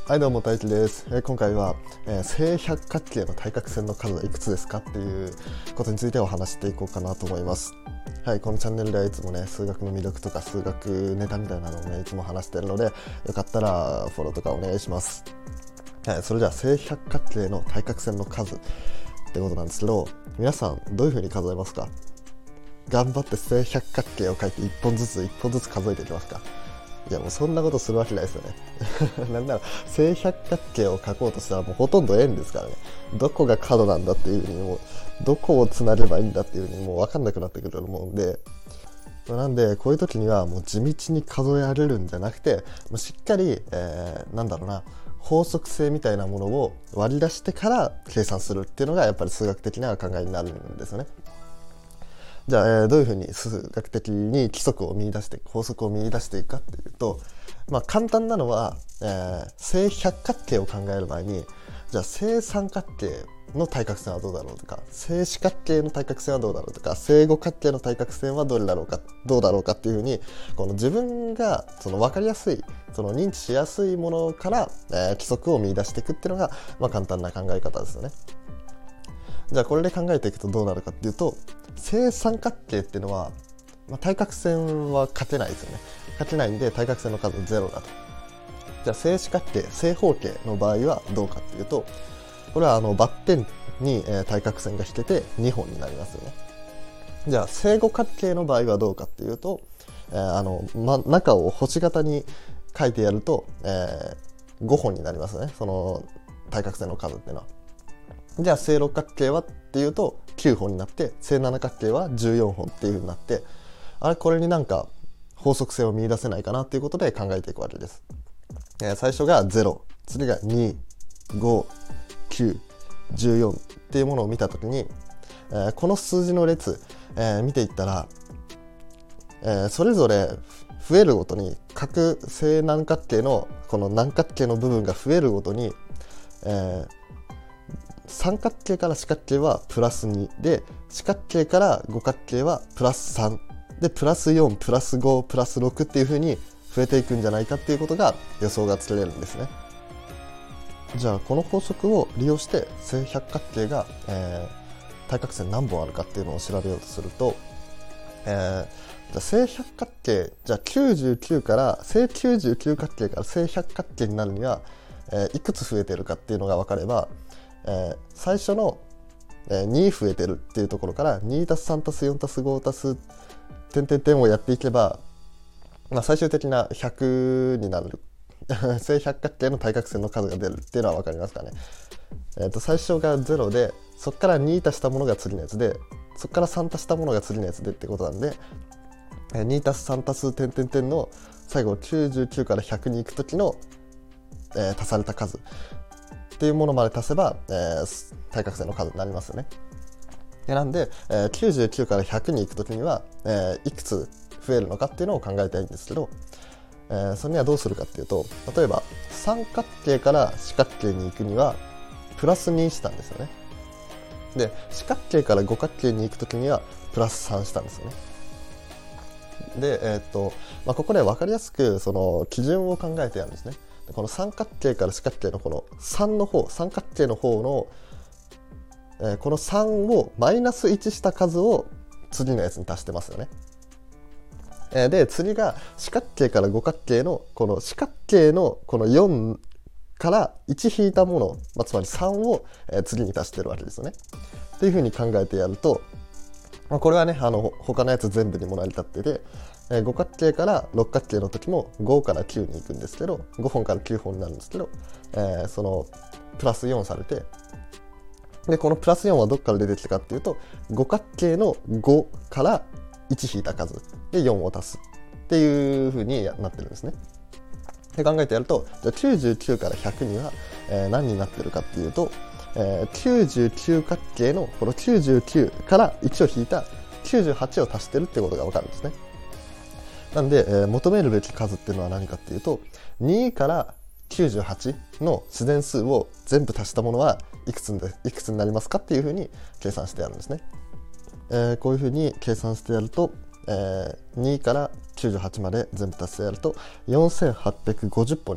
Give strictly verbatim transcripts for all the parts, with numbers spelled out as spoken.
はいどうも大輝です。えー今回は、えー正百角形の対角線の数はいくつですかっていうことについてお話していこうかなと思います。はい、このチャンネルではいつもね数学の魅力とか数学ネタみたいなのをねいつも話しているので、よかったらフォローとかお願いします。はい、それじゃあ正百角形の対角線の数ってことなんですけど、皆さんどういう風に数えますか？頑張って正百角形を書いていっぽんずついっぽんずつ数えていきますか？いやもうそんなことするわけないですよねなんなら正百角形を描こうとしたらもうほとんど円ですからね。どこが角なんだっていう風にもうどこをつなげばいいんだっていう風にもう分かんなくなってくると思うんで、なんでこういう時にはもう地道に数えられるんじゃなくて、もうしっかり、えー、なんだろうな法則性みたいなものを割り出してから計算するっていうのがやっぱり数学的な考えになるんですよね。じゃあ、えーどういうふうに数学的に規則を見出して法則を見出していくかっていうと、まあ、簡単なのは、えー正百角形を考える前に、じゃあ正三角形の対角線はどうだろうとか、正四角形の対角線はどうだろうとか、正五角形の対角線はどれだろうかどうだろうかっていうふうに、この自分がその分かりやすい、その認知しやすいものから、えー規則を見出していくっていうのが、まあ、簡単な考え方ですよね。じゃあこれで考えていくとどうなるかっていうと、正三角形っていうのは、まあ、対角線は書けないですよね。書けないんで対角線の数ゼロだと。じゃあ正四角形正方形の場合はどうかっていうと、これはあのバッテンに、えー対角線が引けてにほんになりますよね。じゃあ正五角形の場合はどうかっていうと、えーあの、ま、中を星型に書いてやると、えーごほんになりますね、その対角線の数っていうのは。じゃあ正六角形はっていうときゅうほんになって、正七角形はじゅうよんほんっていう風になって、あれこれになんか法則性を見出せないかなっていうことで考えていくわけです。えー最初がゼロ、次がに、ご、きゅう、じゅうよんっていうものを見たときに、えーこの数字の列、えー見ていったら、えーそれぞれ増えるごとに各正南角形のこの南角形の部分が増えるごとに、えー三角形から四角形はプラスにで、四角形から五角形はプラスさんで、プラスよん、プラスご、プラスろくっていう風に増えていくんじゃないかっていうことが予想がつけれるんですね。じゃあこの法則を利用して正百角形が、えー対角線何本あるかっていうのを調べようとすると、えーじゃあ正百角形、じゃあきゅうじゅうきゅうから正きゅうじゅうきゅう角形から正百角形になるには、えーいくつ増えてるかっていうのが分かれば、えー最初の、えーに増えてるっていうところから にたすさんたすよんたすごたす点々点をやっていけば、まあ、最終的なひゃくになる正百角形の対角線の数が出るっていうのは分かりますかね。えー、と最初がゼロで、そこからに足したものが次のやつで、そこからさん足したものが次のやつでってことなんで、えー、に足すさん足す点々点の最後きゅうじゅうきゅうからひゃくに行く時の、えー足された数っていうものまで足せば、えー対角線の数になりますよね。でなんで、えーきゅうじゅうきゅうからひゃくに行く時には、えーいくつ増えるのかっていうのを考えたいんですけど、えーそれにはどうするかっていうと、例えば三角形から四角形に行くにはプラスにしたんですよね。で四角形から五角形に行く時にはプラスさんしたんですよね。で、えーっとまあ、ここで分かりやすくその基準を考えてやるんですね。この三角形から四角形のこのさんの方、三角形の方の、えーこのさんをマイナスいちした数を次のやつに足してますよね。えーで次が四角形から五角形のこの四角形のこのよんからいち引いたもの、まあ、つまりさんを、えー次に足してるわけですよね。っていうふうに考えてやると、まあ、これはねあの他のやつ全部にも成り立ってて、えー五角形から六角形の時もごからきゅうに行くんですけど、ごほんからきゅうほんになるんですけど、えーそのプラスよんされて、でこのプラスよんはどこから出てきたかっていうと、五角形のごからいち引いた数でよんを足すっていう風になってるんですね。で考えてやると、じゃあきゅうじゅうきゅうからひゃくには、えー何になってるかっていうと、えーきゅうじゅうきゅう角形のこのきゅうじゅうきゅうからいちを引いたきゅうじゅうはちを足してるってことが分かるんですね。なんで、えー求めるべき数っていうのは何かっていうと、にからきゅうじゅうはちの自然数を全部足したものはいくつでいくつになりますかっていうふうに計算してやるんですね。えーこういうふうに計算してやると、えーにからきゅうじゅうはちまで全部足してやるとよんせんはっぴゃくごじゅっぽんになるっ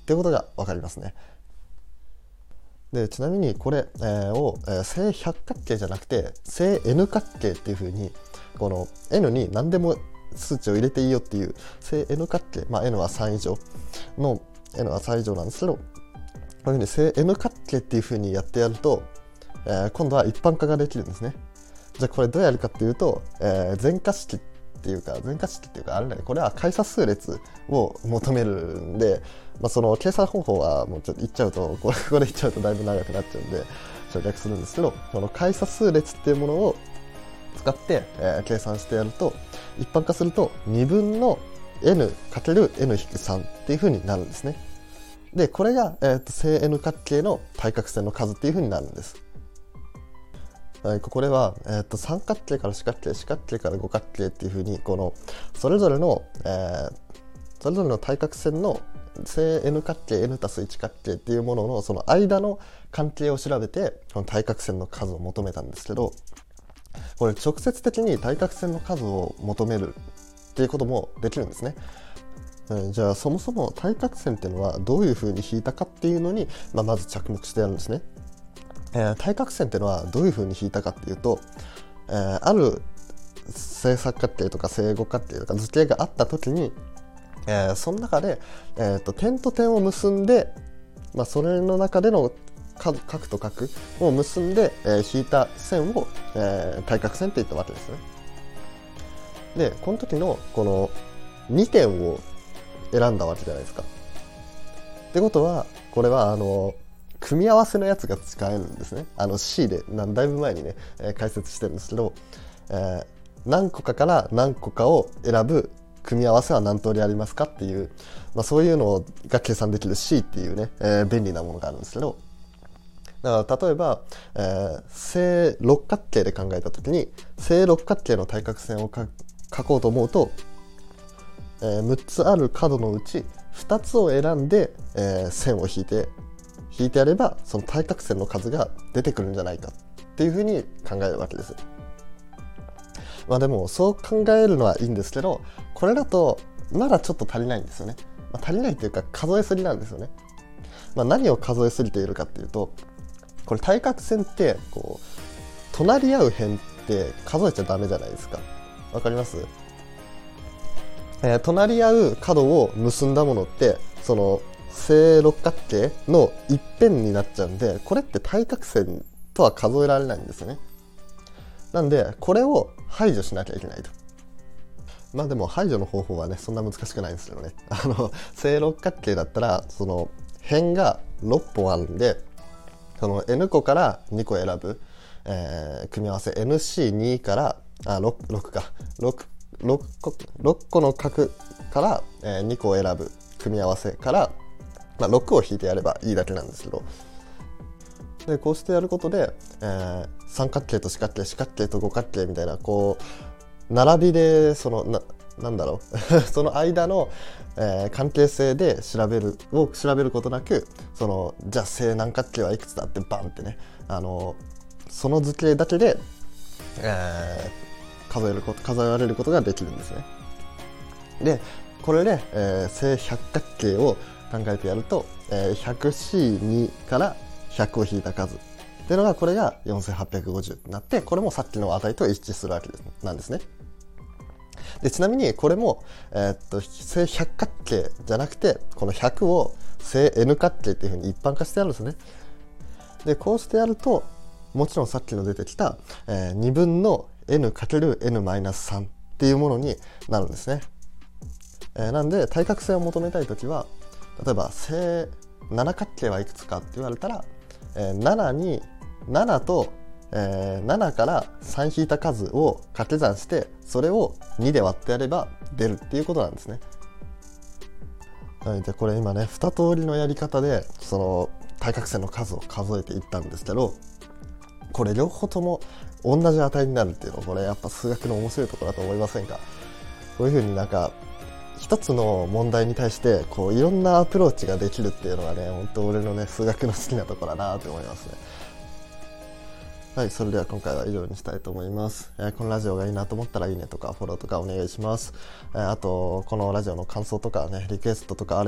っていうことが分かりますね。でちなみにこれ、えー、を、えー、正百角形じゃなくて正 N 角形っていう風にこの N に何でも数値を入れていいよっていう正 N 角形、まあ、N はさん以上の N はさん以上なんですけど、こういうふうに正 N 角形っていう風にやってやると、えー、今度は一般化ができるんですね。じゃあこれどうやるかっていうと、えー、全化式っていうか全化式っていうかあれね、これは解差数列を求めるんで、まあ、その計算方法はもうちょっと言っちゃうとこれここで言っちゃうとだいぶ長くなっちゃうんで省略するんですけど、この解差数列っていうものを使って、えー、計算してやると一般化するとにぶんの N かける エヌ さん っていう風になるんですね。でこれが、えー、と正 N 角形の対角線の数っていう風になるんです。はい、これは、えー、と三角形から四角形、四角形から五角形っていう風にこのそれぞれの、えー、それぞれの対角線の正 N 角形 N たすいち角形っていうもののその間の関係を調べてこの対角線の数を求めたんですけど、これ直接的に対角線の数を求めるっていうこともできるんですね。じゃあそもそも対角線っていうのはどういう風に引いたかっていうのに、まあ、まず着目してやるんですね。えー、対角線っていうのはどういう風に引いたかっていうと、えー、ある正三角形とか正五角形とか図形があった時に、えー、その中で、えー、と点と点を結んで、まあ、それの中での角と角を結んで、えー、引いた線を、えー、対角線って言ったわけですね。でこの時のこのにてんを選んだわけじゃないですか。ってことはこれはあの組み合わせのやつが使えるんですね。あの C でだいぶ前にね、えー、解説してるんですけど、えー、何個かから何個かを選ぶ組み合わせは何通りありますかっていう、まあ、そういうのが計算できる C っていうね、えー、便利なものがあるんですけど、だから例えば、えー、正六角形で考えた時に正六角形の対角線を書こうと思うと、えー、むっつある角のうちふたつを選んで、えー、線を引いて引いてやればその対角線の数が出てくるんじゃないかっていうふうに考えるわけです。まあでもそう考えるのはいいんですけど、これだとまだちょっと足りないんですよね。まあ、足りないというか数えすぎなんですよね。まあ、何を数えすぎているかっていうと、これ対角線ってこう隣り合う辺って数えちゃダメじゃないですか。わかります？えー、隣り合う角を結んだものってその正六角形の一辺になっちゃうんで、これって対角線とは数えられないんですよね。なんでこれを排除しなきゃいけないと。まあでも排除の方法はねそんな難しくないんですけどね。あの正六角形だったらその辺がろっぽんあるんで、その N 個からにこ選ぶ、えー、組み合わせ エヌシーに からあ 6, 6か 6, 6, 個ろっこの角から、えー、にこを選ぶ組み合わせから、まあ、ろくを引いてやればいいだけなんですけど、でこうしてやることで、えー、三角形と四角形、四角形と五角形みたいなこう並びでそのななんだろうその間の、えー、関係性で調べるを調べることなく、そのじゃあ正何角形はいくつだってバンってね、あのその図形だけで、えー、数えること数えられることができるんですね。でこれで、えー、正百角形を考えてやると、えー、ひゃくシーに からひゃくを引いた数っていうのがこれがよんせんはっぴゃくごじゅうになって、これもさっきの値と一致するわけですなんですね。でちなみにこれも、えー、っと正百角形じゃなくてこのひゃくを正 N 角形っていう風に一般化してやるんですね。でこうしてやるともちろんさっきの出てきた、えー、にぶんの エヌかけるエヌマイナスさん っていうものになるんですね。えー、なんで対角線を求めたいときは例えば正七角形はいくつかって言われたら、えー、ななにななとえー、ななからさん引いた数を掛け算してそれをにで割ってやれば出るっていうことなんですね。はい、でこれ今ねに通りのやり方でその対角線の数を数えていったんですけど、これ両方とも同じ値になるっていうのこれやっぱ数学の面白いところだと思いませんか？こういうふうになんか一つの問題に対してこういろんなアプローチができるっていうのがね本当俺のね数学の好きなところだなと思いますね。はい、それでは今回は以上にしたいと思います。えー、このラジオがいいなと思ったらいいねとかフォローとかお願いします。えー、あとこのラジオの感想とかねリクエストとかあれば、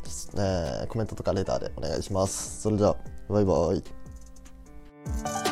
えー、コメントとかレターでお願いします。それではバイバイ。